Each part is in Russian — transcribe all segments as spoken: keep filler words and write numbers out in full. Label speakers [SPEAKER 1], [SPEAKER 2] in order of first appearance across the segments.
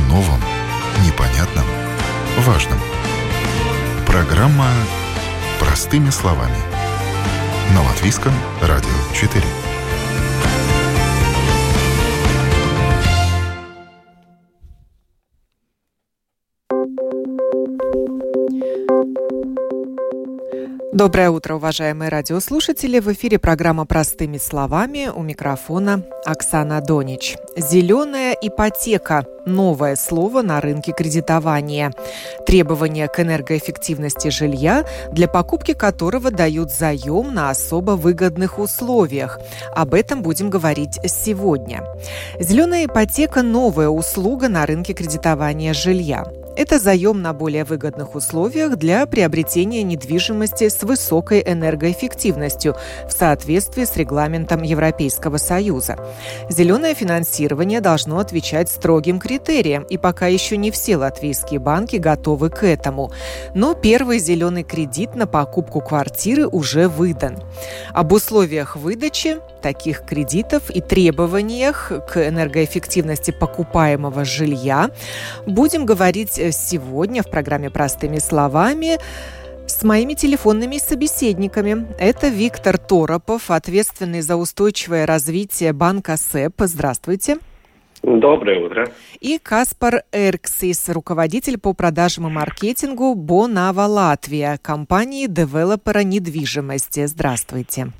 [SPEAKER 1] новом, непонятном, важном. Программа «Простыми словами» на Латвийском радио четыре.
[SPEAKER 2] Доброе утро, уважаемые радиослушатели. В эфире программа «Простыми словами». У микрофона Оксана Донич. Зеленая ипотека – новое слово на рынке кредитования. Требования к энергоэффективности жилья, для покупки которого дают заем на особо выгодных условиях. Об этом будем говорить сегодня. Зеленая ипотека – новая услуга на рынке кредитования жилья. Это заем на более выгодных условиях для приобретения недвижимости с высокой энергоэффективностью в соответствии с регламентом Европейского Союза. Зеленое финансирование должно отвечать строгим критериям, и пока еще не все латвийские банки готовы к этому. Но первый зеленый кредит на покупку квартиры уже выдан. Об условиях выдачи таких кредитов и требованиях к энергоэффективности покупаемого жилья будем говорить сегодня в программе «Простыми словами» с моими телефонными собеседниками. Это Виктор Торопов, ответственный за устойчивое развитие банка СЭП. Здравствуйте.
[SPEAKER 3] Доброе утро.
[SPEAKER 2] И Каспар Эрксис, руководитель по продажам и маркетингу Bonava Латвия, компании девелопера недвижимости. Здравствуйте.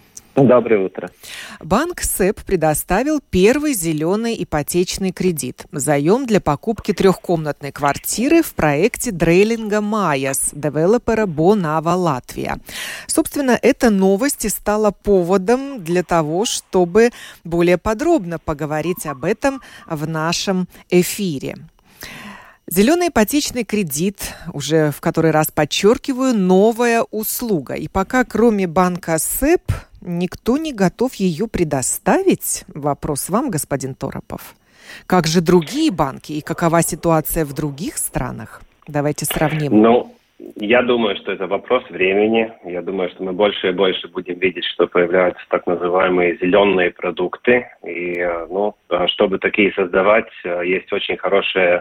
[SPEAKER 3] Доброе утро.
[SPEAKER 2] Банк СЭП предоставил первый зеленый ипотечный кредит. Заем для покупки трехкомнатной квартиры в проекте Дрейлинга Майяс, девелопера Bonava Латвия. Собственно, эта новость и стала поводом для того, чтобы более подробно поговорить об этом в нашем эфире. Зеленый ипотечный кредит, уже в который раз подчеркиваю, новая услуга. И пока кроме банка СЭП никто не готов ее предоставить, вопрос вам, господин Торопов. Как же другие банки и какова ситуация в других странах? Давайте сравним.
[SPEAKER 3] Ну, я думаю, что это вопрос времени. Я думаю, что мы больше и больше будем видеть, что появляются так называемые зеленые продукты. И, ну, чтобы такие создавать, есть очень хорошие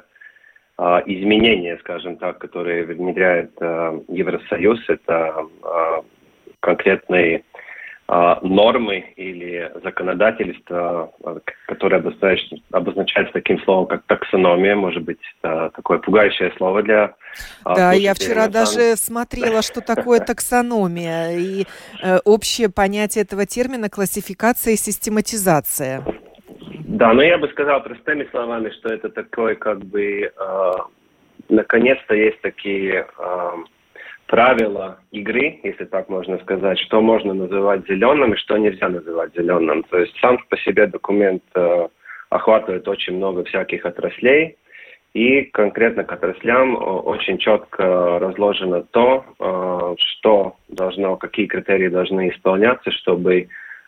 [SPEAKER 3] изменения, скажем так, которые внедряет э, Евросоюз. Это э, конкретные э, нормы или законодательство, э, которое обозначается, обозначается таким словом, как таксономия. Может быть, э, такое пугающее слово для... Э,
[SPEAKER 2] да, я вчера даже смотрела, что такое таксономия. И э, общее понятие этого термина – классификация и систематизация.
[SPEAKER 3] Да, но я бы сказал простыми словами, что это такой, как бы, э, наконец-то есть такие э, правила игры, если так можно сказать, что можно называть зеленым и что нельзя называть зеленым. То есть сам по себе документ э, охватывает очень много всяких отраслей, и конкретно к отраслям очень четко разложено то, э, что должно, какие критерии должны исполняться, чтобы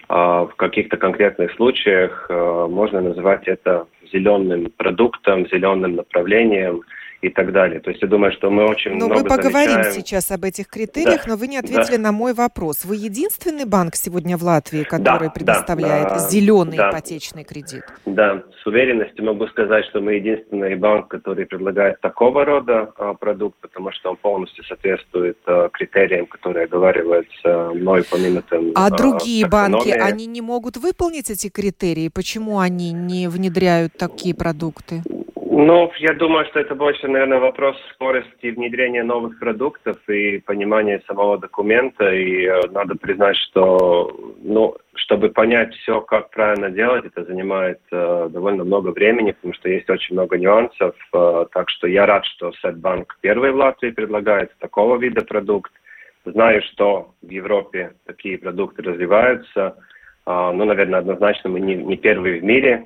[SPEAKER 3] в каких-то конкретных случаях можно называть это зеленым продуктом, зеленым направлением и так далее. То есть я думаю, что мы очень
[SPEAKER 2] но
[SPEAKER 3] много
[SPEAKER 2] мы поговорим
[SPEAKER 3] замечаем...
[SPEAKER 2] сейчас об этих критериях, да, но вы не ответили да. на мой вопрос. Вы единственный банк сегодня в Латвии, который да, предоставляет да, зеленый да, ипотечный кредит? Да,
[SPEAKER 3] с уверенностью могу сказать, что мы единственный банк, который предлагает такого рода а, продукт, потому что он полностью соответствует а, критериям, которые оговариваются мной упомянутым.
[SPEAKER 2] А, а другие банки, они не могут выполнить эти критерии? Почему они не внедряют такие продукты?
[SPEAKER 3] Ну, я думаю, что это больше, наверное, вопрос скорости внедрения новых продуктов и понимания самого документа. И э, надо признать, что, ну, чтобы понять все, как правильно делать, это занимает э, довольно много времени, потому что есть очень много нюансов. Э, так что я рад, что Сетбанк первый в Латвии предлагает такого вида продукт. Знаю, что в Европе такие продукты развиваются. Э, ну, наверное, однозначно мы не, не первые в мире.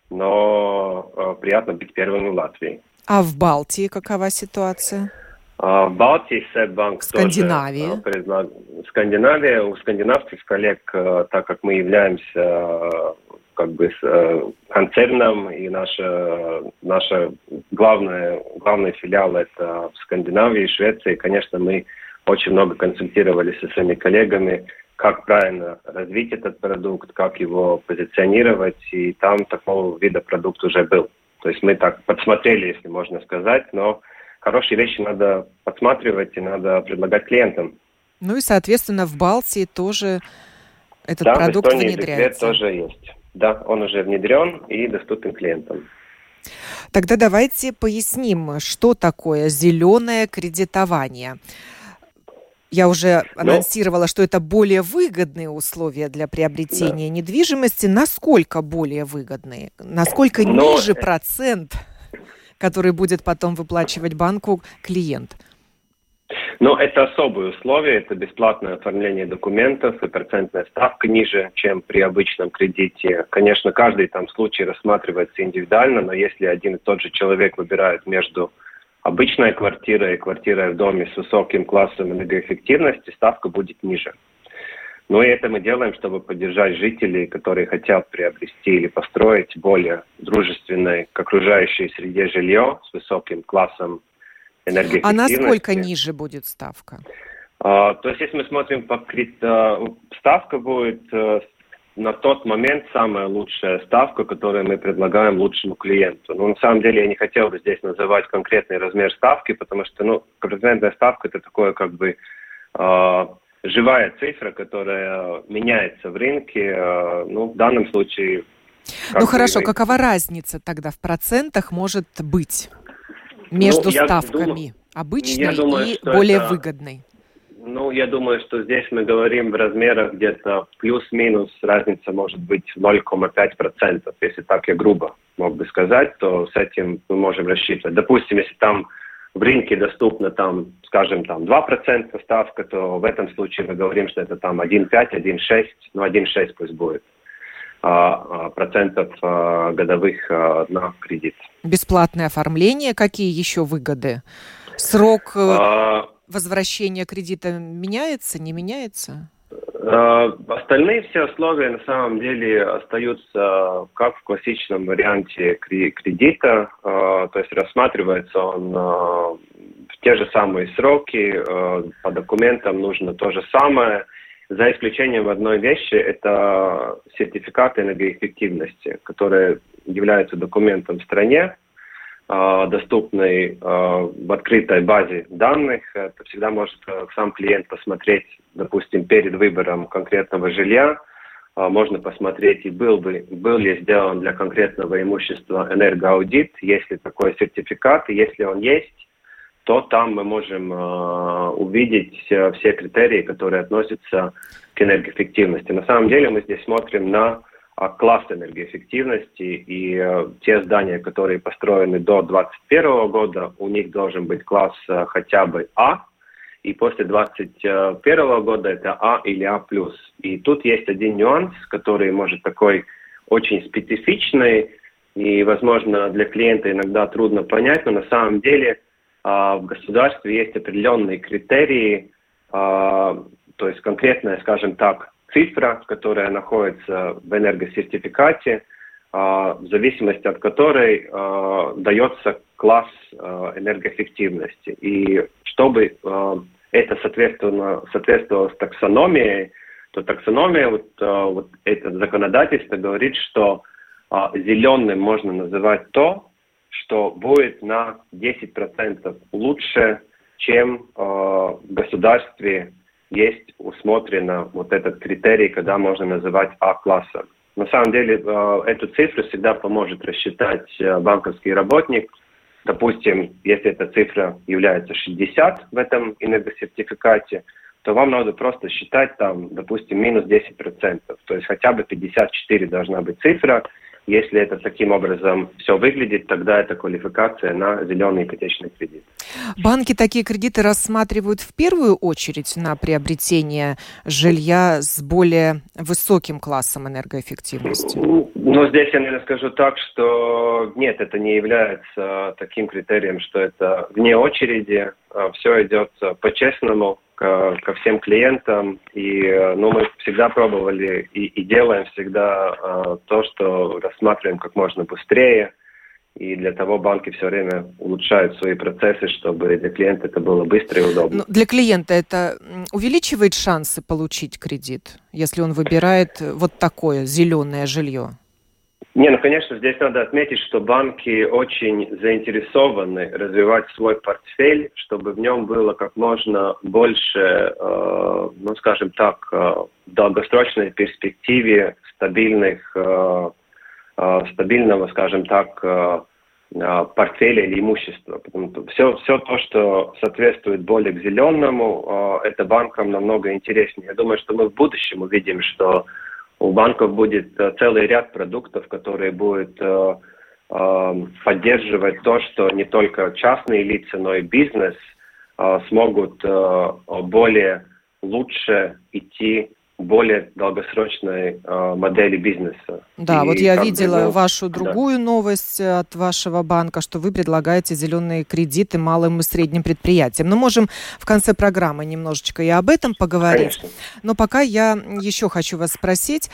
[SPEAKER 3] Но э, приятно быть первым в Латвии.
[SPEAKER 2] А в Балтии какова ситуация?
[SPEAKER 3] А, в Балтии Сетбанк
[SPEAKER 2] Скандинавия.
[SPEAKER 3] тоже... Предлаг... Скандинавия. У скандинавских коллег, э, так как мы являемся э, как бы э, концерном, и наша, наша главная, главный филиал это в Скандинавии, Швеции, конечно, мы очень много консультировались со своими коллегами, как правильно развить этот продукт, как его позиционировать, и там такого вида продукт уже был. То есть мы так подсмотрели, если можно сказать, но хорошие вещи надо подсматривать и надо предлагать клиентам.
[SPEAKER 2] Ну и, соответственно, в Балтии тоже этот
[SPEAKER 3] да,
[SPEAKER 2] продукт
[SPEAKER 3] в Эстонии
[SPEAKER 2] внедряется.
[SPEAKER 3] тоже есть. Да, он уже внедрен и доступен клиентам.
[SPEAKER 2] Тогда давайте поясним, что такое зеленое кредитование. Я уже анонсировала, Но... что это более выгодные условия для приобретения да. недвижимости. Насколько более выгодные? Насколько Но... ниже процент, который будет потом выплачивать банку клиент?
[SPEAKER 3] Ну, это особые условия, это бесплатное оформление документов и процентная ставка ниже, чем при обычном кредите. Конечно, каждый там случай рассматривается индивидуально, но если один и тот же человек выбирает между обычной квартирой и квартирой в доме с высоким классом энергоэффективности, ставка будет ниже. Ну и это мы делаем, чтобы поддержать жителей, которые хотят приобрести или построить более дружественное к окружающей среде жилье с высоким классом
[SPEAKER 2] А насколько ниже будет ставка?
[SPEAKER 3] А, то есть, если мы смотрим по крит... ставка будет а, на тот момент самая лучшая ставка, которую мы предлагаем лучшему клиенту. Но на самом деле я не хотел бы здесь называть конкретный размер ставки, потому что, ну, процентная ставка это такое как бы а, живая цифра, которая меняется в рынке. А, ну, в данном случае.
[SPEAKER 2] Ну хорошо, какова разница тогда в процентах может быть? Между ну, ставками думаю, обычной думаю, и более это, выгодной.
[SPEAKER 3] Ну, я думаю, что здесь мы говорим в размерах где-то плюс-минус, разница может быть ноль целых пять десятых процента. Если так я грубо мог бы сказать, то с этим мы можем рассчитывать. Допустим, если там в рынке доступно, там, скажем, там два процента ставка, то в этом случае мы говорим, что это там один целых пять десятых, один целых шесть десятых, ну, один целых шесть десятых пусть будет. процентов годовых на кредит.
[SPEAKER 2] Бесплатное оформление. Какие еще выгоды? Срок а... возвращения кредита меняется, не меняется?
[SPEAKER 3] А, остальные все условия на самом деле остаются как в классическом варианте кредита. А, то есть рассматривается он а, в те же самые сроки. А, по документам нужно то же самое. За исключением одной вещи, это сертификат энергоэффективности, который является документом в стране, доступный в открытой базе данных. Это всегда может сам клиент посмотреть, допустим, перед выбором конкретного жилья. Можно посмотреть, и был, бы, был ли сделан для конкретного имущества энергоаудит, есть ли такой сертификат, и если он есть, то там мы можем э, увидеть э, все критерии, которые относятся к энергоэффективности. На самом деле мы здесь смотрим на э, класс энергоэффективности, и э, те здания, которые построены до двадцать первого года, у них должен быть класс э, хотя бы А, и после двадцать первого года это А или А+. И тут есть один нюанс, который может такой очень специфичный, и, возможно, для клиента иногда трудно понять, но на самом деле в государстве есть определенные критерии, то есть конкретная, скажем так, цифра, которая находится в энергосертификате, в зависимости от которой дается класс энергоэффективности. И чтобы это соответствовало, соответствовало с таксономией, то таксономия, вот, вот это законодательство говорит, что зеленым можно называть то, что будет на десять процентов лучше, чем э, в государстве есть усмотрено вот этот критерий, когда можно называть А-классом. На самом деле э, эту цифру всегда поможет рассчитать э, банковский работник. Допустим, если эта цифра является шестьдесят в этом энергосертификате, то вам надо просто считать там, допустим, минус десять процентов. То есть хотя бы пятьдесят четыре должна быть цифра. Если это таким образом все выглядит, тогда это квалификация на зеленый ипотечный кредит.
[SPEAKER 2] Банки такие кредиты рассматривают в первую очередь на приобретение жилья с более высоким классом энергоэффективности?
[SPEAKER 3] Ну, здесь я, наверное, скажу так, что нет, это не является таким критерием, что это вне очереди. Все идет по-честному ко всем клиентам, и ну, мы всегда пробовали и, и делаем всегда э, то, что рассматриваем как можно быстрее, и для того банки все время улучшают свои процессы, чтобы для клиента это было быстро и удобно.
[SPEAKER 2] Но для клиента это увеличивает шансы получить кредит, если он выбирает вот такое зеленое жилье?
[SPEAKER 3] Не, ну, конечно, здесь надо отметить, что банки очень заинтересованы развивать свой портфель, чтобы в нем было как можно больше, э, ну, скажем так, э, в долгосрочной перспективе стабильных, э, э, стабильного, скажем так, э, э, портфеля или имущества. Потому что все, все то, что соответствует более к зеленому, э, это банкам намного интереснее. Я думаю, что мы в будущем увидим, что у банков будет uh, целый ряд продуктов, которые будут uh, uh, поддерживать то, что не только частные лица, но и бизнес uh, смогут uh, более лучше идти более долгосрочной э, модели бизнеса.
[SPEAKER 2] Да,
[SPEAKER 3] и
[SPEAKER 2] вот я видела
[SPEAKER 3] бы,
[SPEAKER 2] вашу другую да. новость от вашего банка, что вы предлагаете зеленые кредиты малым и средним предприятиям. Но можем в конце программы немножечко и об этом поговорить.
[SPEAKER 3] Конечно.
[SPEAKER 2] Но пока я еще хочу вас спросить.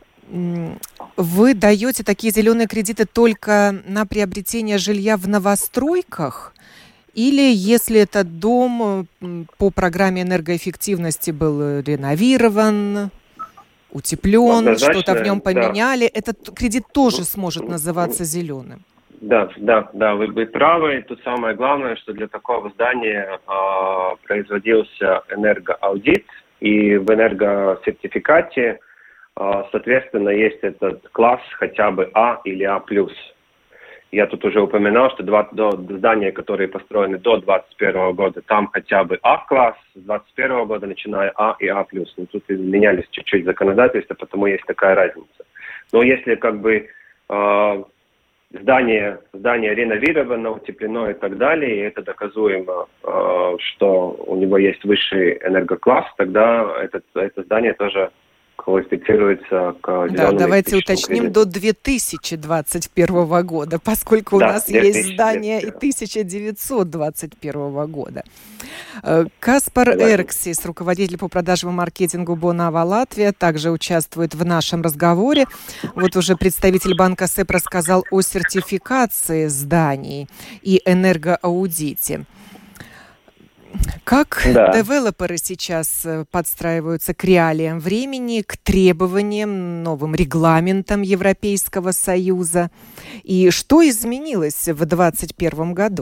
[SPEAKER 2] Вы даете такие зеленые кредиты только на приобретение жилья в новостройках? Или если этот дом по программе энергоэффективности был реновирован, утеплен, что-то в нем поменяли, да. этот кредит тоже сможет называться зеленым?
[SPEAKER 3] Да, да, да, вы, вы правы. Тут самое главное, что для такого здания э, производился энергоаудит, и в энергосертификате, э, соответственно, есть этот класс хотя бы А или А+. Я тут уже упоминал, что два, до, здания, которые построены до двадцать первого года, там хотя бы А-класс, с двадцать первого года начиная А и А+. Но тут менялись чуть-чуть законодательства, потому есть такая разница. Но если как бы э, здание, здание реновировано, утеплено и так далее, и это доказуемо, э, что у него есть высший энергокласс, тогда этот, это здание тоже квалифицируется к зеленому.
[SPEAKER 2] Да, давайте уточним,
[SPEAKER 3] кредиту.
[SPEAKER 2] до две тысячи двадцать первого года, поскольку да, у нас есть здание и тысяча девятьсот двадцать первого года. Каспар Эрксис, руководитель по продажам и маркетингу Бонава Латвия, также участвует в нашем разговоре. Вот уже представитель банка СЭП рассказал о сертификации зданий и энергоаудите. Как да. девелоперы сейчас подстраиваются к реалиям времени, к требованиям, новым регламентам Европейского Союза? И что изменилось в двадцать первом году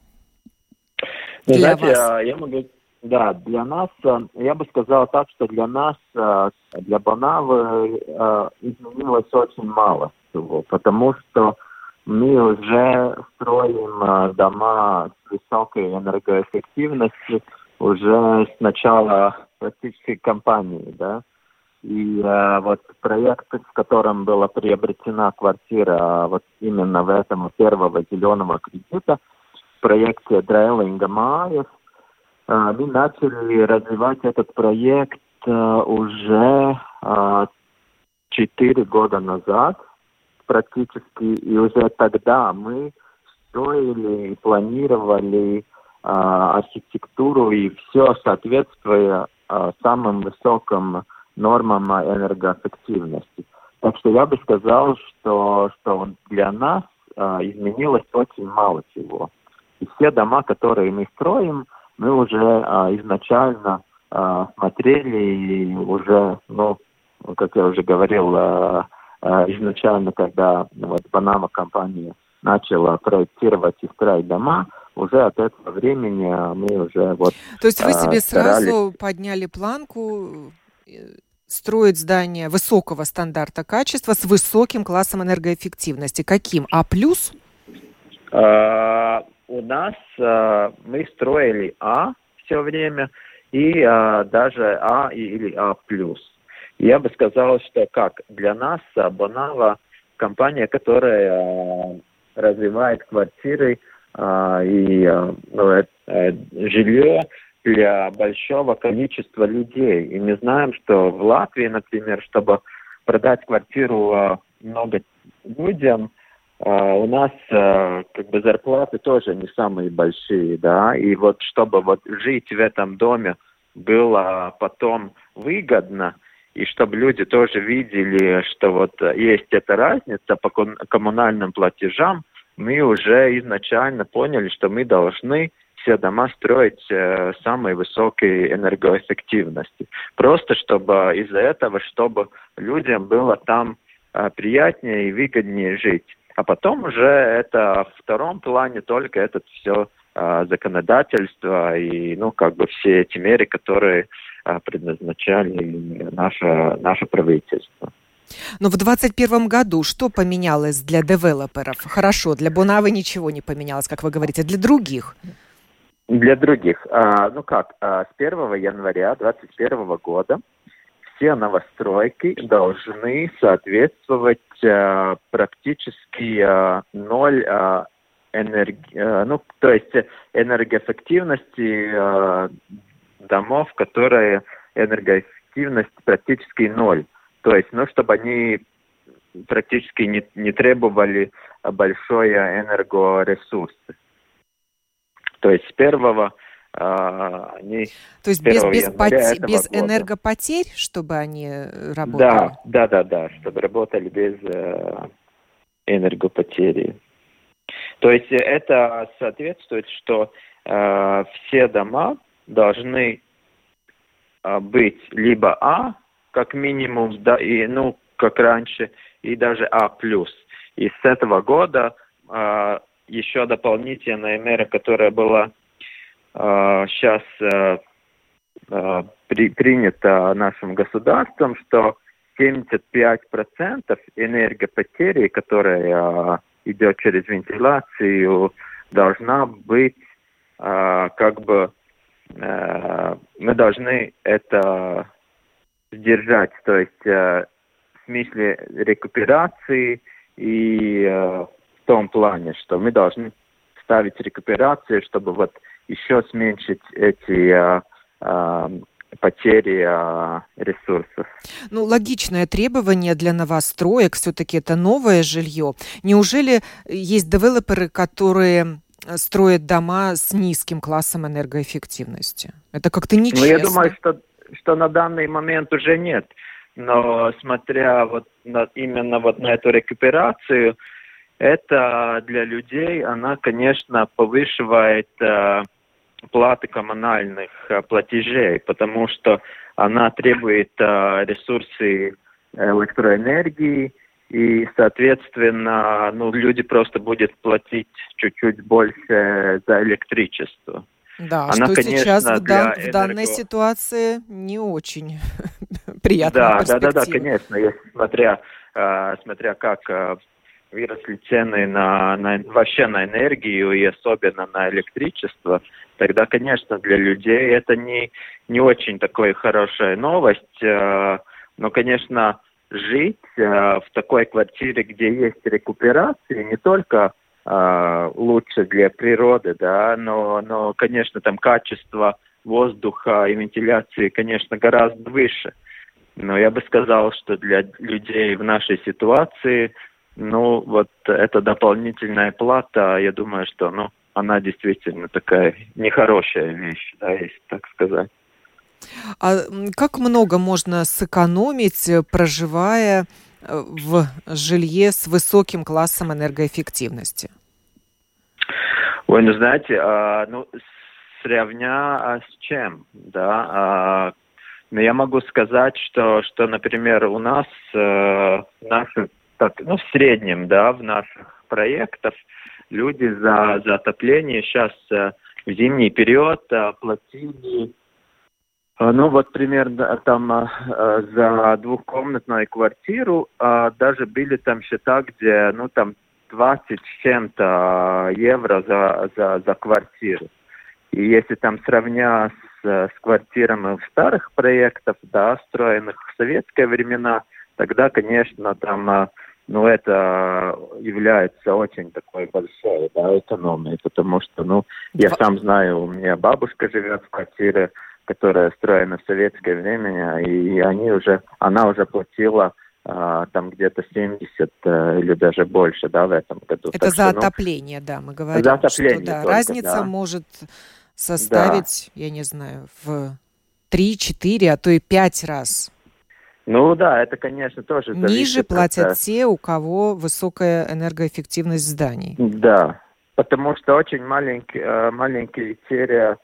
[SPEAKER 2] для
[SPEAKER 4] Знаете,
[SPEAKER 2] вас?
[SPEAKER 4] Я могу... Да, для нас, я бы сказал так, что для нас, для Бонавы, изменилось очень мало всего, потому что мы уже строим дома с высокой энергоэффективностью уже с начала практически кампании, да. И э, вот проект, в котором была приобретена квартира вот именно в этом первого зеленого кредита, в проекте Драйлинга Майев, э, мы начали развивать этот проект э, уже четыре э, года назад. Практически, и уже тогда мы строили и планировали а, архитектуру и все соответствуя а, самым высоким нормам энергоэффективности. Так что я бы сказал, что, что для нас а, изменилось очень мало чего. И все дома, которые мы строим, мы уже а, изначально а, смотрели и уже, ну, как я уже говорил, а, изначально, когда вот, Бонава компания начала проектировать и строить дома, уже от этого времени мы уже вот...
[SPEAKER 2] То есть вы себе
[SPEAKER 4] старались...
[SPEAKER 2] сразу подняли планку строить здание высокого стандарта качества с высоким классом энергоэффективности. Каким? А+?
[SPEAKER 4] Uh, у нас uh, мы строили А все время, и uh, даже А или А+. Я бы сказал, что как для нас Бонава компания, которая э, развивает квартиры э, и э, ну, э, жилье для большого количества людей. И мы знаем, что в Латвии, например, чтобы продать квартиру э, много людям, э, у нас э, как бы зарплаты тоже не самые большие, да. И вот чтобы вот жить в этом доме было потом выгодно, и чтобы люди тоже видели, что вот есть эта разница по коммунальным платежам, мы уже изначально поняли, что мы должны все дома строить э, самой высокой энергоэффективности. Просто чтобы из-за этого, чтобы людям было там приятнее и выгоднее жить. А потом уже это в втором плане только это все законодательство и, ну, как бы все эти меры, которые предназначали наше, наше правительство.
[SPEAKER 2] Но в двадцать первом году что поменялось для девелоперов? Хорошо, для Бонавы ничего не поменялось, как вы говорите, для других?
[SPEAKER 4] Для других. А, ну как, а, с первого января двадцать первого года все новостройки должны соответствовать а, практически а, ноль а, энерги... а, ну, то есть энергоэффективности а, домов, которые энергоэффективность практически ноль. То есть, ну, чтобы они практически не, не требовали большой энергоресурс. То есть с первого а, они...
[SPEAKER 2] То есть без, без, поте- без энергопотерь, чтобы они работали?
[SPEAKER 4] Да, да, да, да, чтобы работали без э, энергопотери. То есть это соответствует, что э, все дома должны э, быть либо А, как минимум, да, и, ну, как раньше, и даже А+. И с этого года э, еще дополнительная мера, которая была э, сейчас э, э, при, принята нашим государством, что семьдесят пять процентов энергопотери, которая э, идет через вентиляцию, должна быть э, как бы э, мы должны это сдержать, то есть э, в смысле рекуперации и э, в том плане, что мы должны ставить рекуперацию, чтобы вот еще уменьшить эти э, э, потери э, ресурсов.
[SPEAKER 2] Ну, логичное требование для новостроек, все-таки это новое жилье. Неужели есть девелоперы, которые строят дома с низким классом энергоэффективности? Это как-то нечестно.
[SPEAKER 4] Ну, я думаю, что что на данный момент уже нет. Но смотря вот на, именно вот на эту рекуперацию, это для людей, она, конечно, повышивает э, платы коммунальных э, платежей, потому что она требует э, ресурсы электроэнергии, и, соответственно, ну, люди просто будут платить чуть-чуть больше за электричество.
[SPEAKER 2] Да,
[SPEAKER 4] Она,
[SPEAKER 2] что
[SPEAKER 4] конечно,
[SPEAKER 2] сейчас в, дан-
[SPEAKER 4] энерго...
[SPEAKER 2] в данной ситуации не очень приятная
[SPEAKER 4] да,
[SPEAKER 2] перспектива.
[SPEAKER 4] Да, да, да, конечно, если смотря, э, смотря как э, выросли цены на, на вообще на энергию и особенно на электричество, тогда, конечно, для людей это не, не очень такая хорошая новость. Э, но, конечно, жить э, в такой квартире, где есть рекуперация, не только Uh, лучше для природы, да, но, но, конечно, там качество воздуха и вентиляции, конечно, гораздо выше. Но я бы сказал, что для людей в нашей ситуации, ну, вот эта дополнительная плата, я думаю, что, ну, она действительно такая нехорошая вещь, да, если так сказать.
[SPEAKER 2] А как много можно сэкономить, проживая в жилье с высоким классом энергоэффективности?
[SPEAKER 4] Ой, ну знаете, а, ну сравня а, с чем, да? А, но я могу сказать, что, что, например, у нас а, наши, так, ну в среднем, да, в наших проектах люди за, за отопление сейчас а, в зимний период а, платили. Ну, вот примерно там э, за двухкомнатную квартиру э, даже были там счета, где, ну, там двадцать с чем-то евро за, за, за квартиру. И если там сравнять с, с квартирами в старых проектах, да, строенных в советские времена, тогда, конечно, там, э, ну, это является очень такой большой, да, экономией, потому что, ну, я сам знаю, у меня бабушка живет в квартире, которая строена в советское время, и они уже, она уже платила а, там где-то семьдесят а, или даже больше, да, в этом году.
[SPEAKER 2] Это
[SPEAKER 4] так
[SPEAKER 2] за
[SPEAKER 4] что,
[SPEAKER 2] отопление, ну, да, мы говорим,
[SPEAKER 4] за отопление
[SPEAKER 2] что да,
[SPEAKER 4] только,
[SPEAKER 2] разница
[SPEAKER 4] да.
[SPEAKER 2] может составить, да, я не знаю, в три-четыре, а то и пять раз.
[SPEAKER 4] Ну да, это, конечно, тоже зависит.
[SPEAKER 2] Ниже платят
[SPEAKER 4] от...
[SPEAKER 2] те, у кого высокая энергоэффективность зданий.
[SPEAKER 4] Да, потому что очень маленький, маленькие серия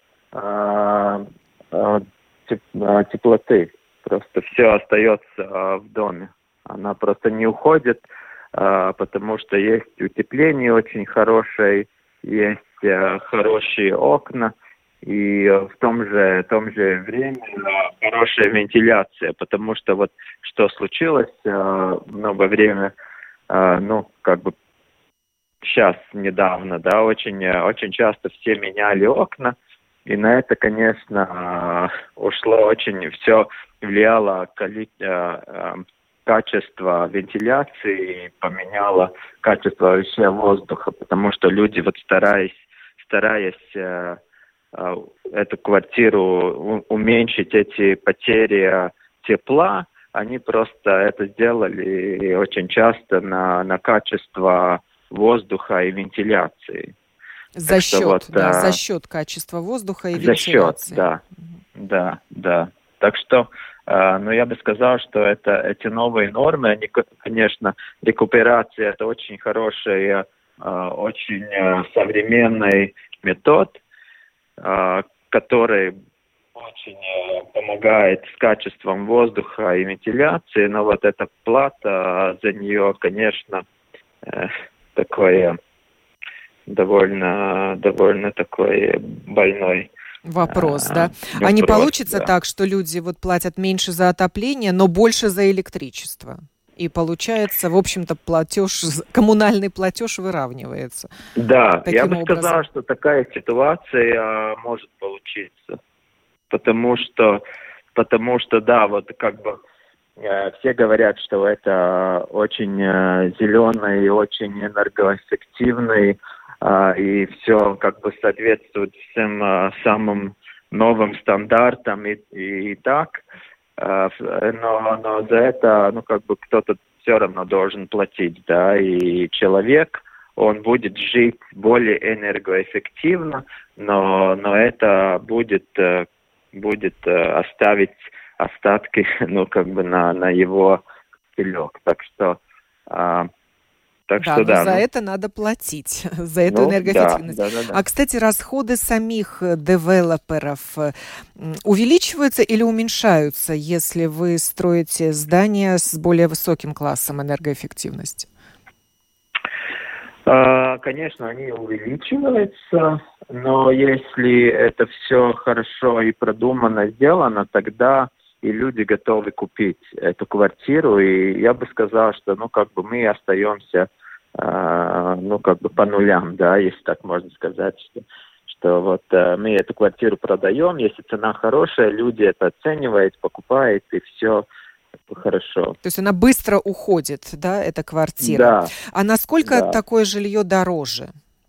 [SPEAKER 4] теплоты. Просто все остается в доме. Она просто не уходит, потому что есть утепление очень хорошее, есть хорошие окна, и в том же, в том же время хорошая вентиляция, потому что вот что случилось ну, во время, ну, как бы сейчас, недавно, да, очень, очень часто все меняли окна, и на это, конечно, ушло очень, все влияло количество, качество вентиляции, поменяло качество вообще воздуха, потому что люди, вот стараясь, стараясь э, э, эту квартиру уменьшить, эти потери тепла, они просто это сделали и очень часто на, на качество воздуха и вентиляции.
[SPEAKER 2] За
[SPEAKER 4] так
[SPEAKER 2] счет,
[SPEAKER 4] вот,
[SPEAKER 2] да,
[SPEAKER 4] а,
[SPEAKER 2] за счет качества воздуха и
[SPEAKER 4] за
[SPEAKER 2] вентиляции.
[SPEAKER 4] счет, да, да, да. Так что, э, ну, я бы сказал, что это эти новые нормы, они, конечно, рекуперация – это очень хороший, э, очень э, современный метод, э, который очень э, помогает с качеством воздуха и вентиляции, но вот эта плата за нее, конечно, э, такое довольно, довольно такой больной
[SPEAKER 2] Вопрос,
[SPEAKER 4] а,
[SPEAKER 2] да.
[SPEAKER 4] вопрос,
[SPEAKER 2] А не получится
[SPEAKER 4] да.
[SPEAKER 2] так, что люди вот платят меньше за отопление, но больше за электричество? И получается, в общем-то, платеж, коммунальный платеж выравнивается.
[SPEAKER 4] Да,
[SPEAKER 2] таким
[SPEAKER 4] я бы
[SPEAKER 2] образом.
[SPEAKER 4] сказал, что такая ситуация а, может получиться. Потому что, потому что, да, вот как бы э, все говорят, что это очень э, зеленый и очень энергоэффективный, и все как бы соответствует всем uh, самым новым стандартам и, и, и так, uh, но, но за это, ну, как бы кто-то все равно должен платить, да, и человек, он будет жить более энергоэффективно, но, но это будет, будет оставить остатки, ну, как бы на, на его кошелек, так что... Uh, Так
[SPEAKER 2] да,
[SPEAKER 4] что,
[SPEAKER 2] но
[SPEAKER 4] да,
[SPEAKER 2] за
[SPEAKER 4] ну,
[SPEAKER 2] это надо платить, за эту
[SPEAKER 4] ну,
[SPEAKER 2] энергоэффективность.
[SPEAKER 4] Да, да, да, да.
[SPEAKER 2] А, кстати, расходы самих девелоперов увеличиваются или уменьшаются, если вы строите здания с более высоким классом энергоэффективности?
[SPEAKER 4] Конечно, они увеличиваются, но если это все хорошо и продуманно сделано, тогда и люди готовы купить эту квартиру. И я бы сказал, что, ну, как бы мы остаемся, э, ну, как бы по нулям, да, если так можно сказать, что, что вот э, мы эту квартиру продаем, если цена хорошая, люди это оценивают, покупают, и все хорошо.
[SPEAKER 2] То есть она быстро уходит, да, эта квартира?
[SPEAKER 4] Да.
[SPEAKER 2] А насколько
[SPEAKER 4] да.
[SPEAKER 2] такое жилье дороже?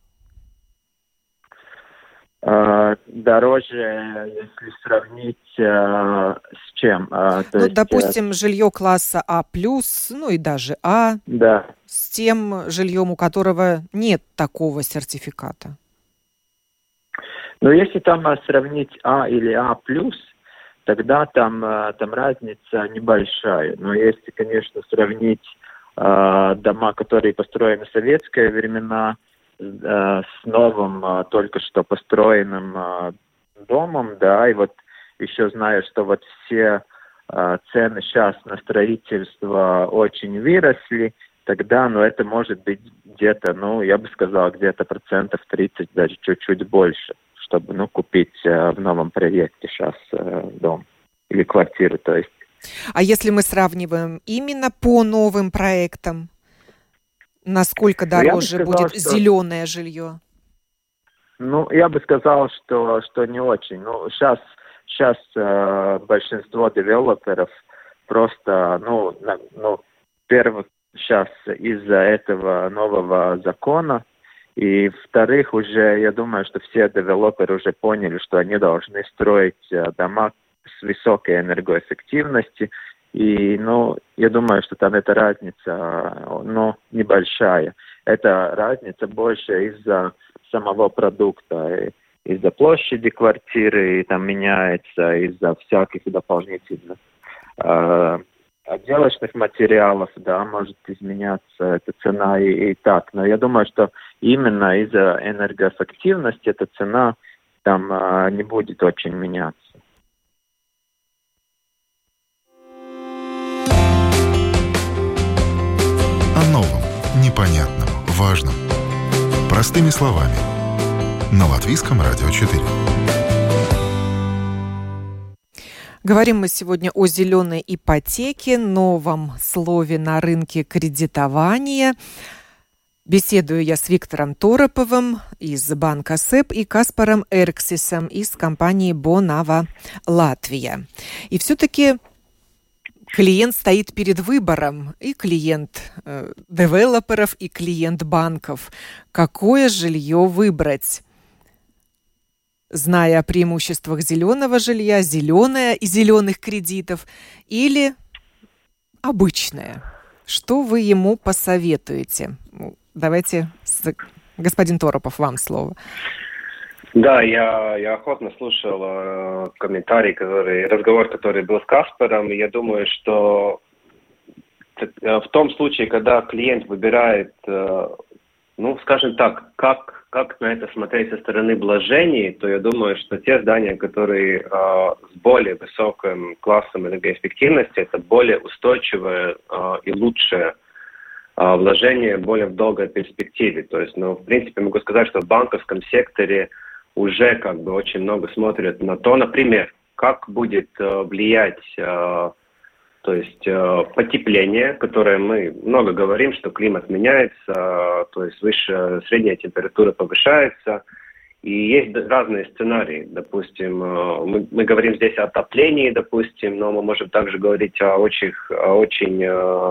[SPEAKER 4] Uh, дороже, если сравнить uh, с чем? Uh,
[SPEAKER 2] ну,
[SPEAKER 4] есть,
[SPEAKER 2] допустим, uh, жилье класса А+, ну и даже А,
[SPEAKER 4] да.
[SPEAKER 2] с тем жильем, у которого нет такого сертификата.
[SPEAKER 4] Ну, если там uh, сравнить А или А+, тогда там, uh, там разница небольшая. Но если, конечно, сравнить uh, дома, которые построены в советские времена, с новым, только что построенным домом, да, и вот еще знаю, что вот все цены сейчас на строительство очень выросли, тогда, ну, это может быть где-то, ну, я бы сказал, где-то процентов тридцать, даже чуть-чуть больше, чтобы, ну, купить в новом проекте сейчас дом или квартиру, то есть.
[SPEAKER 2] А если мы сравниваем именно по новым проектам, насколько дороже сказал, будет что... зеленое жилье?
[SPEAKER 4] Ну, я бы сказал, что, что не очень. Ну, сейчас, сейчас э, большинство девелоперов просто, ну, на, ну, первых, сейчас из-за этого нового закона, и вторых уже, я думаю, что все девелоперы уже поняли, что они должны строить э, дома с высокой энергоэффективностью. И, ну, я думаю, что там эта разница, ну, небольшая. Эта разница больше из-за самого продукта, из-за площади квартиры, и там меняется, из-за всяких дополнительных э, отделочных материалов, да, может изменяться эта цена и, и так. Но я думаю, что именно из-за энергоэффективности эта цена там э, не будет очень меняться.
[SPEAKER 1] новом, непонятном, важном. Простыми словами. На Латвийском радио четыре.
[SPEAKER 2] Говорим мы сегодня о зеленой ипотеке, новом слове на рынке кредитования. Беседую я с Виктором Тороповым из банка СЭП и Каспаром Эрксисом из компании Bonava Латвия. И все-таки клиент стоит перед выбором, и клиент э, девелоперов, и клиент банков. Какое жилье выбрать? Зная о преимуществах зеленого жилья, зеленое и зеленых кредитов, или обычное? Что вы ему посоветуете? Давайте, господин Торопов, вам слово.
[SPEAKER 3] Да, я, я охотно слушал э, комментарий, который, разговор, который был с Каспаром. И я думаю, что э, в том случае, когда клиент выбирает, э, ну, скажем так, как, как на это смотреть со стороны вложений, то я думаю, что те здания, которые э, с более высоким классом энергоэффективности, это более устойчивое э, и лучшее э, вложение, более в долгой перспективе. То есть, ну, в принципе, могу сказать, что в банковском секторе уже как бы очень много смотрят на то, например, как будет э, влиять э, то есть э, потепление, которое мы много говорим, что климат меняется, э, то есть выше средняя температура повышается, и есть разные сценарии. Допустим, э, мы, мы говорим здесь о отоплении, допустим, но мы можем также говорить о очень, о очень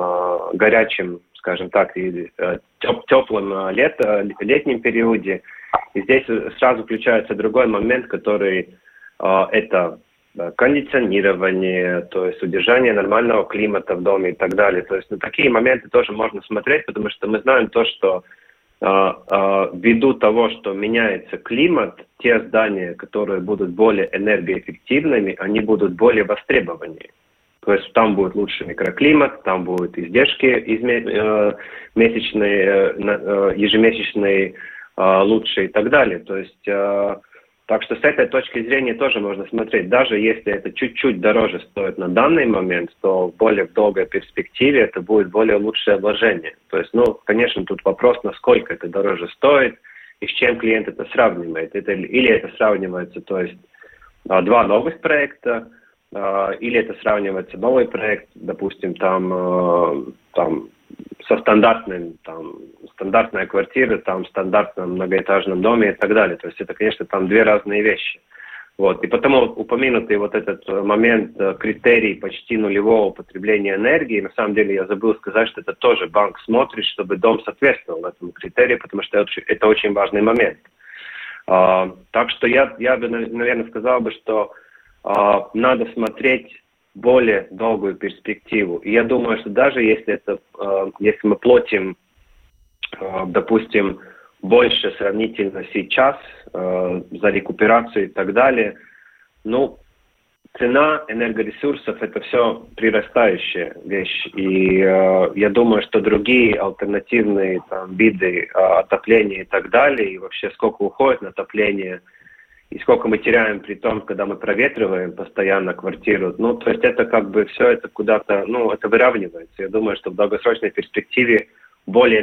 [SPEAKER 3] э, горячем, скажем так, и э, теп, теплом лето, летнем периоде. И здесь сразу включается другой момент, который э, это да, кондиционирование, то есть удержание нормального климата в доме и так далее. То есть на такие моменты тоже можно смотреть, потому что мы знаем то, что э, э, ввиду того, что меняется климат, те здания, которые будут более энергоэффективными, они будут более востребованы. То есть там будет лучший микроклимат, там будут издержки изме- э, месячные, э, ежемесячные, лучше и так далее. То есть, э, так что с этой точки зрения тоже можно смотреть. Даже если это чуть-чуть дороже стоит на данный момент, то в более долгой перспективе это будет более лучшее вложение. То есть, ну, конечно, тут вопрос, насколько это дороже стоит и с чем клиент это сравнивает. Это, или это сравнивается, то есть, два новых проекта, э, или это сравнивается новый проект, допустим, там, э, там со стандартным, там, стандартная квартира, там, в стандартном многоэтажном доме и так далее. То есть это, конечно, там две разные вещи. Вот. И потому упомянутый вот этот момент, критерий почти нулевого потребления энергии, на самом деле я забыл сказать, что это тоже банк смотрит, чтобы дом соответствовал этому критерию, потому что это, это очень важный момент. А, так что я, я бы, наверное, сказал бы, что а, надо смотреть более долгую перспективу. И я думаю, что даже если это, э, если мы платим, э, допустим, больше сравнительно сейчас э, за рекуперацию и так далее, ну, цена энергоресурсов это все прирастающая вещь. И э, я думаю, что другие альтернативные там, виды э, отопления и так далее, и вообще сколько уходит на отопление, и сколько мы теряем при том, когда мы проветриваем постоянно квартиру. Ну, то есть это как бы все это куда-то, ну, это выравнивается. Я думаю, что в долгосрочной перспективе более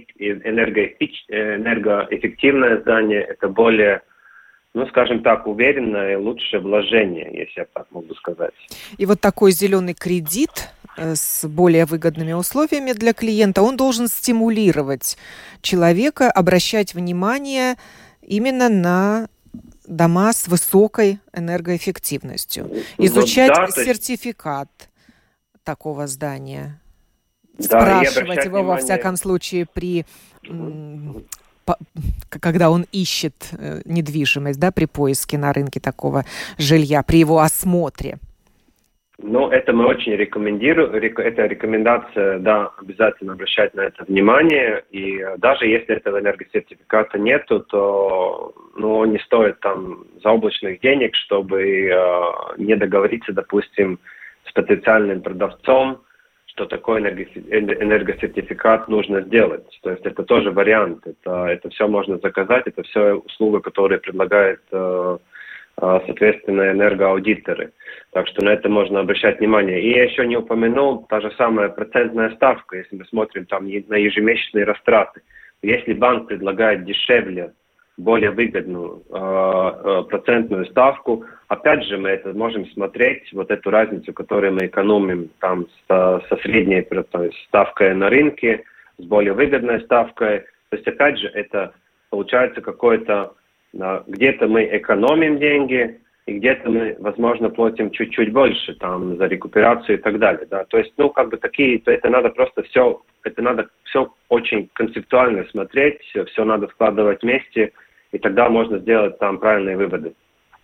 [SPEAKER 3] энергоэффективное здание, это более, ну, скажем так, уверенное и лучшее вложение, если я так могу сказать.
[SPEAKER 2] И вот такой зеленый кредит с более выгодными условиями для клиента, он должен стимулировать человека обращать внимание именно на дома с высокой энергоэффективностью. Изучать ну, да, сертификат есть... такого здания. Да, спрашивать его, внимание... во всяком случае, при, по, когда он ищет недвижимость, да, при поиске на рынке такого жилья, при его осмотре.
[SPEAKER 3] Ну, это мы очень рекомендуем, это рекомендация, да, обязательно обращать на это внимание, и даже если этого энергосертификата нету, то, ну, он не стоит там заоблачных денег, чтобы э, не договориться, допустим, с потенциальным продавцом, что такой энергосертификат нужно сделать. То есть это тоже вариант, это, это все можно заказать, это все услуги, которые предлагают э, соответственно, энергоаудиторы. Так что на это можно обращать внимание. И я еще не упомянул, та же самая процентная ставка, если мы смотрим там на ежемесячные растраты. Если банк предлагает дешевле, более выгодную э, э, процентную ставку, опять же мы это можем смотреть, вот эту разницу, которую мы экономим там со, со средней то есть, ставкой на рынке, с более выгодной ставкой. То есть опять же это получается какое-то, э, где-то мы экономим деньги, и где-то мы, возможно, платим чуть-чуть больше там за рекуперацию и так далее, да. То есть, ну, как бы такие, то это надо просто все, это надо все очень концептуально смотреть, все надо складывать вместе, и тогда можно сделать там правильные выводы.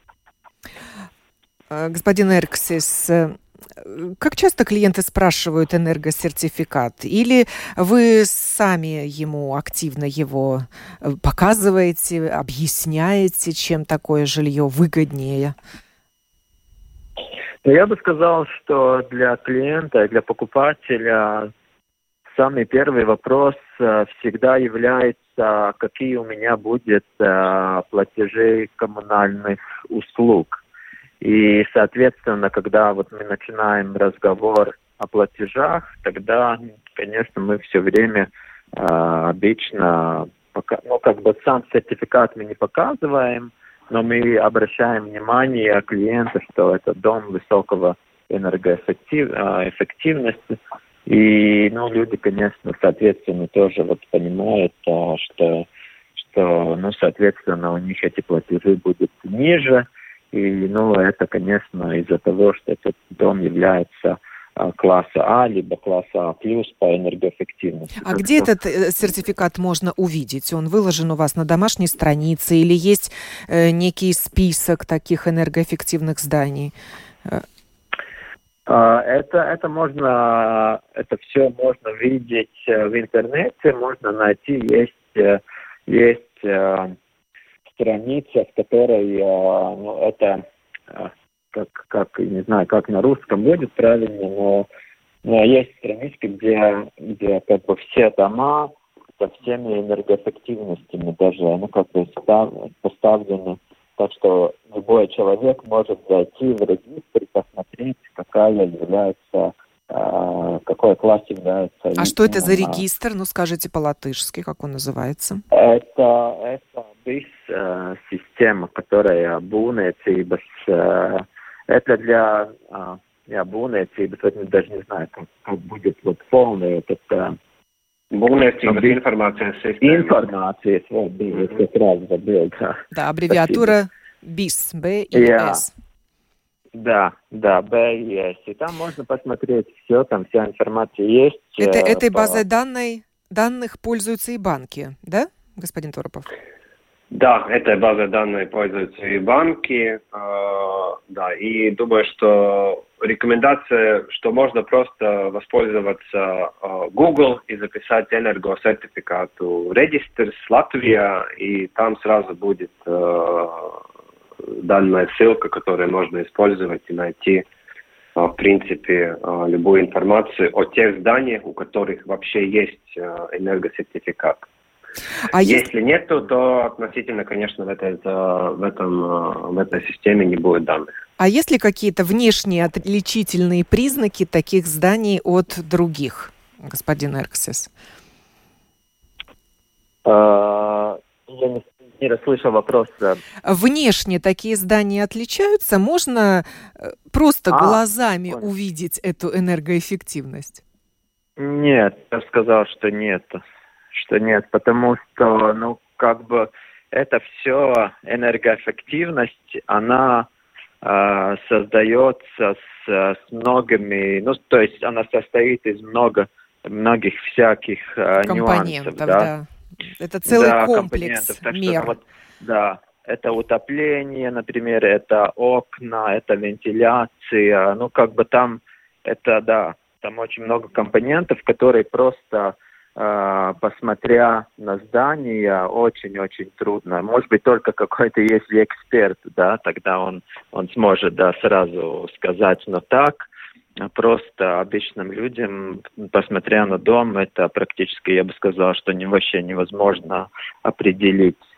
[SPEAKER 2] Господин Эрксис, как часто клиенты спрашивают энергосертификат? Или вы сами ему активно его показываете, объясняете, чем такое жилье выгоднее?
[SPEAKER 4] Я бы сказал, что для клиента, для покупателя самый первый вопрос всегда является, какие у меня будут платежи коммунальных услуг. И, соответственно, когда вот мы начинаем разговор о платежах, тогда, конечно, мы все время э, обычно, пока, ну, как бы сам сертификат мы не показываем, но мы обращаем внимание клиента, что это дом высокого энергоэффективности. И, ну, люди, конечно, соответственно, тоже вот понимают, что, что, ну, соответственно, у них эти платежи будут ниже. И, ну, это, конечно, из-за того, что этот дом является а, класса А, либо класса А плюс по энергоэффективности.
[SPEAKER 2] А где что... этот сертификат можно увидеть? Он выложен у вас на домашней странице или есть э, некий список таких энергоэффективных зданий?
[SPEAKER 4] Это, это можно, это все можно видеть в интернете, можно найти, есть, есть страница, в которой, ну, это, как, как, не знаю, как на русском будет правильно, но, но есть странички, где, где как бы все дома со всеми энергоэффективностями даже, ну, как бы поставлены. Так что любой человек может зайти в регистр и посмотреть, какая является, э, какой класс является.
[SPEAKER 2] А что это за регистр? Ну, скажите по-латышски, как он называется.
[SPEAKER 4] Это, это бис-система, которая būvniecības, э, это для э, я, būvniecības, вот даже не знаю, как, как будет вот полный этот... Э,
[SPEAKER 3] Būvniecības информация система.
[SPEAKER 4] Информация, вот, я как раз забыл, да.
[SPEAKER 2] Да, аббревиатура бис, Б И С.
[SPEAKER 4] Да, да, Б И С. И там можно посмотреть все, там вся информация есть.
[SPEAKER 2] Это,
[SPEAKER 4] э,
[SPEAKER 2] этой
[SPEAKER 4] по...
[SPEAKER 2] базой данной, данных пользуются и банки, да, господин Торопов?
[SPEAKER 3] Да, этой базой данных пользуются и банки, э, да, и думаю, что рекомендация, что можно просто воспользоваться э, Google и записать энергосертификату регистр Латвия, и там сразу будет э, данная ссылка, которую можно использовать и найти, э, в принципе, э, любую информацию о тех зданиях, у которых вообще есть э, энергосертификат. А если есть... нету, то относительно, конечно, в этой, в, этом, в этой системе не будет данных.
[SPEAKER 2] А есть ли какие-то внешние отличительные признаки таких зданий от других, господин Эрксис?
[SPEAKER 4] Я не, не расслышал вопрос.
[SPEAKER 2] Внешне такие здания отличаются? Можно просто а, глазами понял. увидеть эту энергоэффективность?
[SPEAKER 4] Нет, я сказал, что нет. Что нет, потому что, ну, как бы это все энергоэффективность, она э, создается с, с многими, ну, то есть она состоит из много, многих всяких э, нюансов, да?
[SPEAKER 2] да. Это целый
[SPEAKER 4] да,
[SPEAKER 2] комплекс
[SPEAKER 4] так
[SPEAKER 2] мер.
[SPEAKER 4] Что, вот, да, это утопление, например, это окна, это вентиляция, ну, как бы там, это, да, там очень много компонентов, которые просто... посмотря на здание, очень-очень трудно. Может быть, только какой-то, если эксперт, да, тогда он, он сможет, да, сразу сказать, но так, просто обычным людям, посмотря на дом, это практически, я бы сказал, что не, вообще невозможно определить.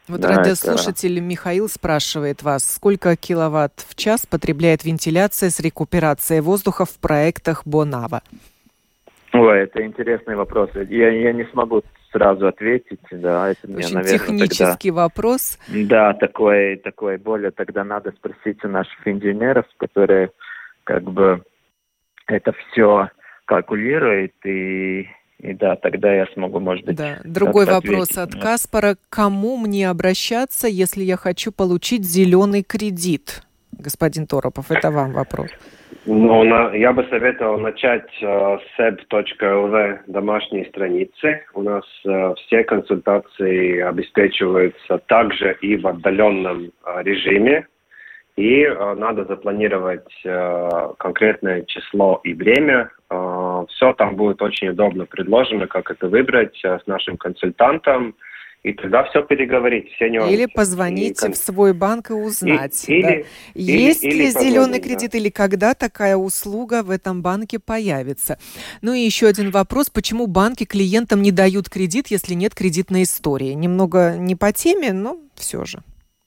[SPEAKER 2] Вот
[SPEAKER 4] да,
[SPEAKER 2] радиослушатель
[SPEAKER 4] это...
[SPEAKER 2] Михаил спрашивает вас, сколько киловатт в час потребляет вентиляция с рекуперацией воздуха в проектах Бонава?
[SPEAKER 4] Ой, это интересный вопрос. Я, я не смогу сразу ответить. Да, это мне,
[SPEAKER 2] очень
[SPEAKER 4] наверное,
[SPEAKER 2] технический
[SPEAKER 4] тогда...
[SPEAKER 2] вопрос.
[SPEAKER 4] Да, такой, такой более тогда надо спросить у наших инженеров, которые как бы это все калькулируют, и, и да, тогда я смогу, может быть,
[SPEAKER 2] да. Другой вопрос
[SPEAKER 4] ответить.
[SPEAKER 2] от Каспара. К кому мне обращаться, если я хочу получить зеленый кредит? Господин Торопов, это вам вопрос.
[SPEAKER 3] Ну, на, я бы советовал начать э, с себ точка эл ви домашней страницы. У нас э, все консультации обеспечиваются также и в отдаленном э, режиме. И э, надо запланировать э, конкретное число и время. Э, все там будет очень удобно предложено, как это выбрать э, с нашим консультантом. И тогда все переговорить, все нюансы.
[SPEAKER 2] Или позвоните и, в свой банк и узнать,
[SPEAKER 3] и,
[SPEAKER 2] да.
[SPEAKER 3] или,
[SPEAKER 2] есть
[SPEAKER 3] или,
[SPEAKER 2] ли
[SPEAKER 3] или
[SPEAKER 2] зеленый кредит,
[SPEAKER 3] да.
[SPEAKER 2] или когда такая услуга в этом банке появится. Ну и еще один вопрос, почему банки клиентам не дают кредит, если нет кредитной истории? Немного не по теме, но все же.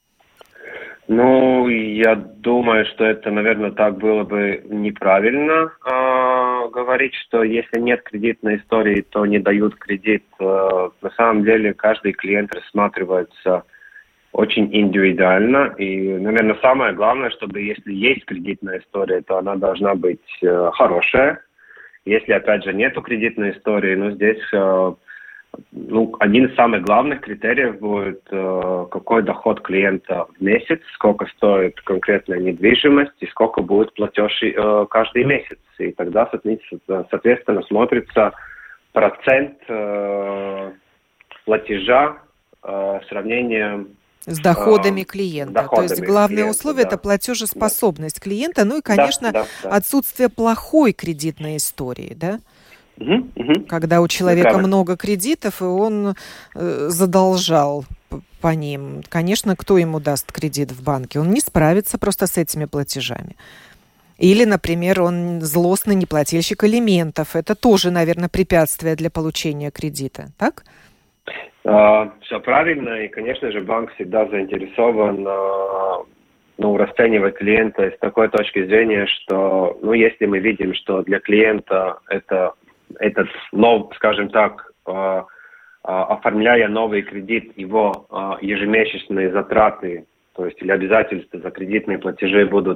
[SPEAKER 3] Ну, я думаю, что это, наверное, так было бы неправильно э, говорить, что если нет кредитной истории, то не дают кредит. Э, на самом деле каждый клиент рассматривается очень индивидуально. И, наверное, самое главное, чтобы если есть кредитная история, то она должна быть э, хорошая. Если, опять же, нету кредитной истории, ну, здесь... Э, Ну, один из самых главных критериев будет, э, какой доход клиента в месяц, сколько стоит конкретная недвижимость и сколько будет платеж э, каждый месяц. И тогда, соответственно, смотрится процент э, платежа э, сравнением
[SPEAKER 2] с доходами клиента.
[SPEAKER 3] Доходами
[SPEAKER 2] То есть главное
[SPEAKER 3] клиента,
[SPEAKER 2] условие
[SPEAKER 3] да.
[SPEAKER 2] – это платежеспособность да. клиента. Ну и, конечно,
[SPEAKER 3] да, да, да.
[SPEAKER 2] отсутствие плохой кредитной истории, да?
[SPEAKER 3] Угу, угу.
[SPEAKER 2] Когда у человека много кредитов, и он э, задолжал по ним. Конечно, кто ему даст кредит в банке? Он не справится просто с этими платежами. Или, например, он злостный неплательщик алиментов. Это тоже, наверное, препятствие для получения кредита, так?
[SPEAKER 3] А, все правильно. И, конечно же, банк всегда заинтересован а, ну, расценивать клиента с такой точки зрения, что, ну, если мы видим, что для клиента это этот, нов, скажем так, э, э, оформляя новый кредит, его э, ежемесячные затраты, то есть или обязательства за кредитные платежи будут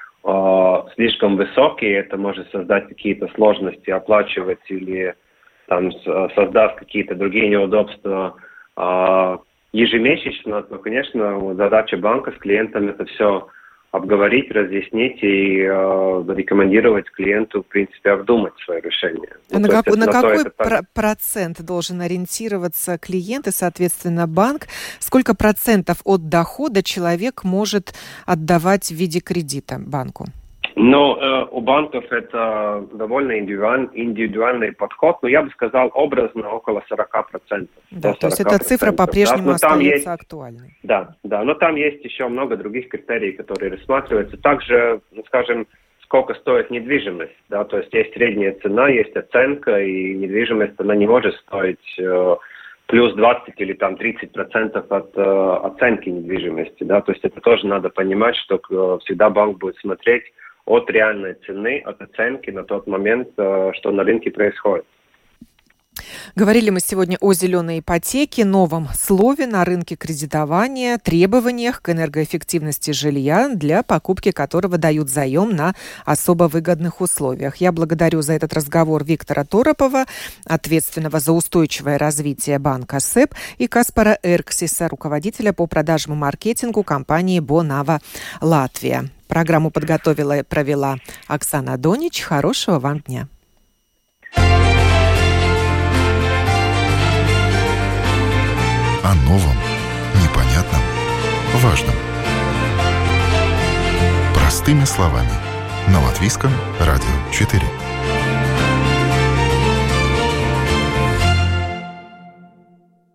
[SPEAKER 3] э, слишком высокие, это может создать какие-то сложности, оплачивать или там, создаст какие-то другие неудобства э, ежемесячно, то, конечно, задача банка с клиентом это все обговорить, разъяснить и э, рекомендовать клиенту, в принципе, обдумать свое решение.
[SPEAKER 2] А
[SPEAKER 3] ну,
[SPEAKER 2] на, как,
[SPEAKER 3] есть,
[SPEAKER 2] на
[SPEAKER 3] на
[SPEAKER 2] какой
[SPEAKER 3] это,
[SPEAKER 2] про- процент должен ориентироваться клиент и, соответственно, банк? Сколько процентов от дохода человек может отдавать в виде кредита банку?
[SPEAKER 3] Ну, э, у банков это довольно индивидуаль, индивидуальный подход, но я бы сказал образно около сорок процентов.
[SPEAKER 2] Да, то есть эта цифра по-прежнему да? остается есть, актуальной.
[SPEAKER 3] Да, да, но там есть еще много других критерий, которые рассматриваются. Также, ну, скажем, сколько стоит недвижимость, да, то есть есть средняя цена, есть оценка, и недвижимость, она не может стоить э, плюс двадцать или там тридцать процентов от э, оценки недвижимости, да, то есть это тоже надо понимать, что э, всегда банк будет смотреть от реальной цены, от оценки на тот момент, что на рынке происходит.
[SPEAKER 2] Говорили мы сегодня о зеленой ипотеке, новом слове на рынке кредитования, требованиях к энергоэффективности жилья, для покупки которого дают заем на особо выгодных условиях. Я благодарю за этот разговор Виктора Торопова, ответственного за устойчивое развитие банка сэп, и Каспара Эрксиса, руководителя по продажам и маркетингу компании Бонава Латвия. Программу подготовила и провела Оксана Донич. Хорошего вам дня.
[SPEAKER 1] О новом, непонятном, важном. Простыми словами. На Латвийском радио четыре.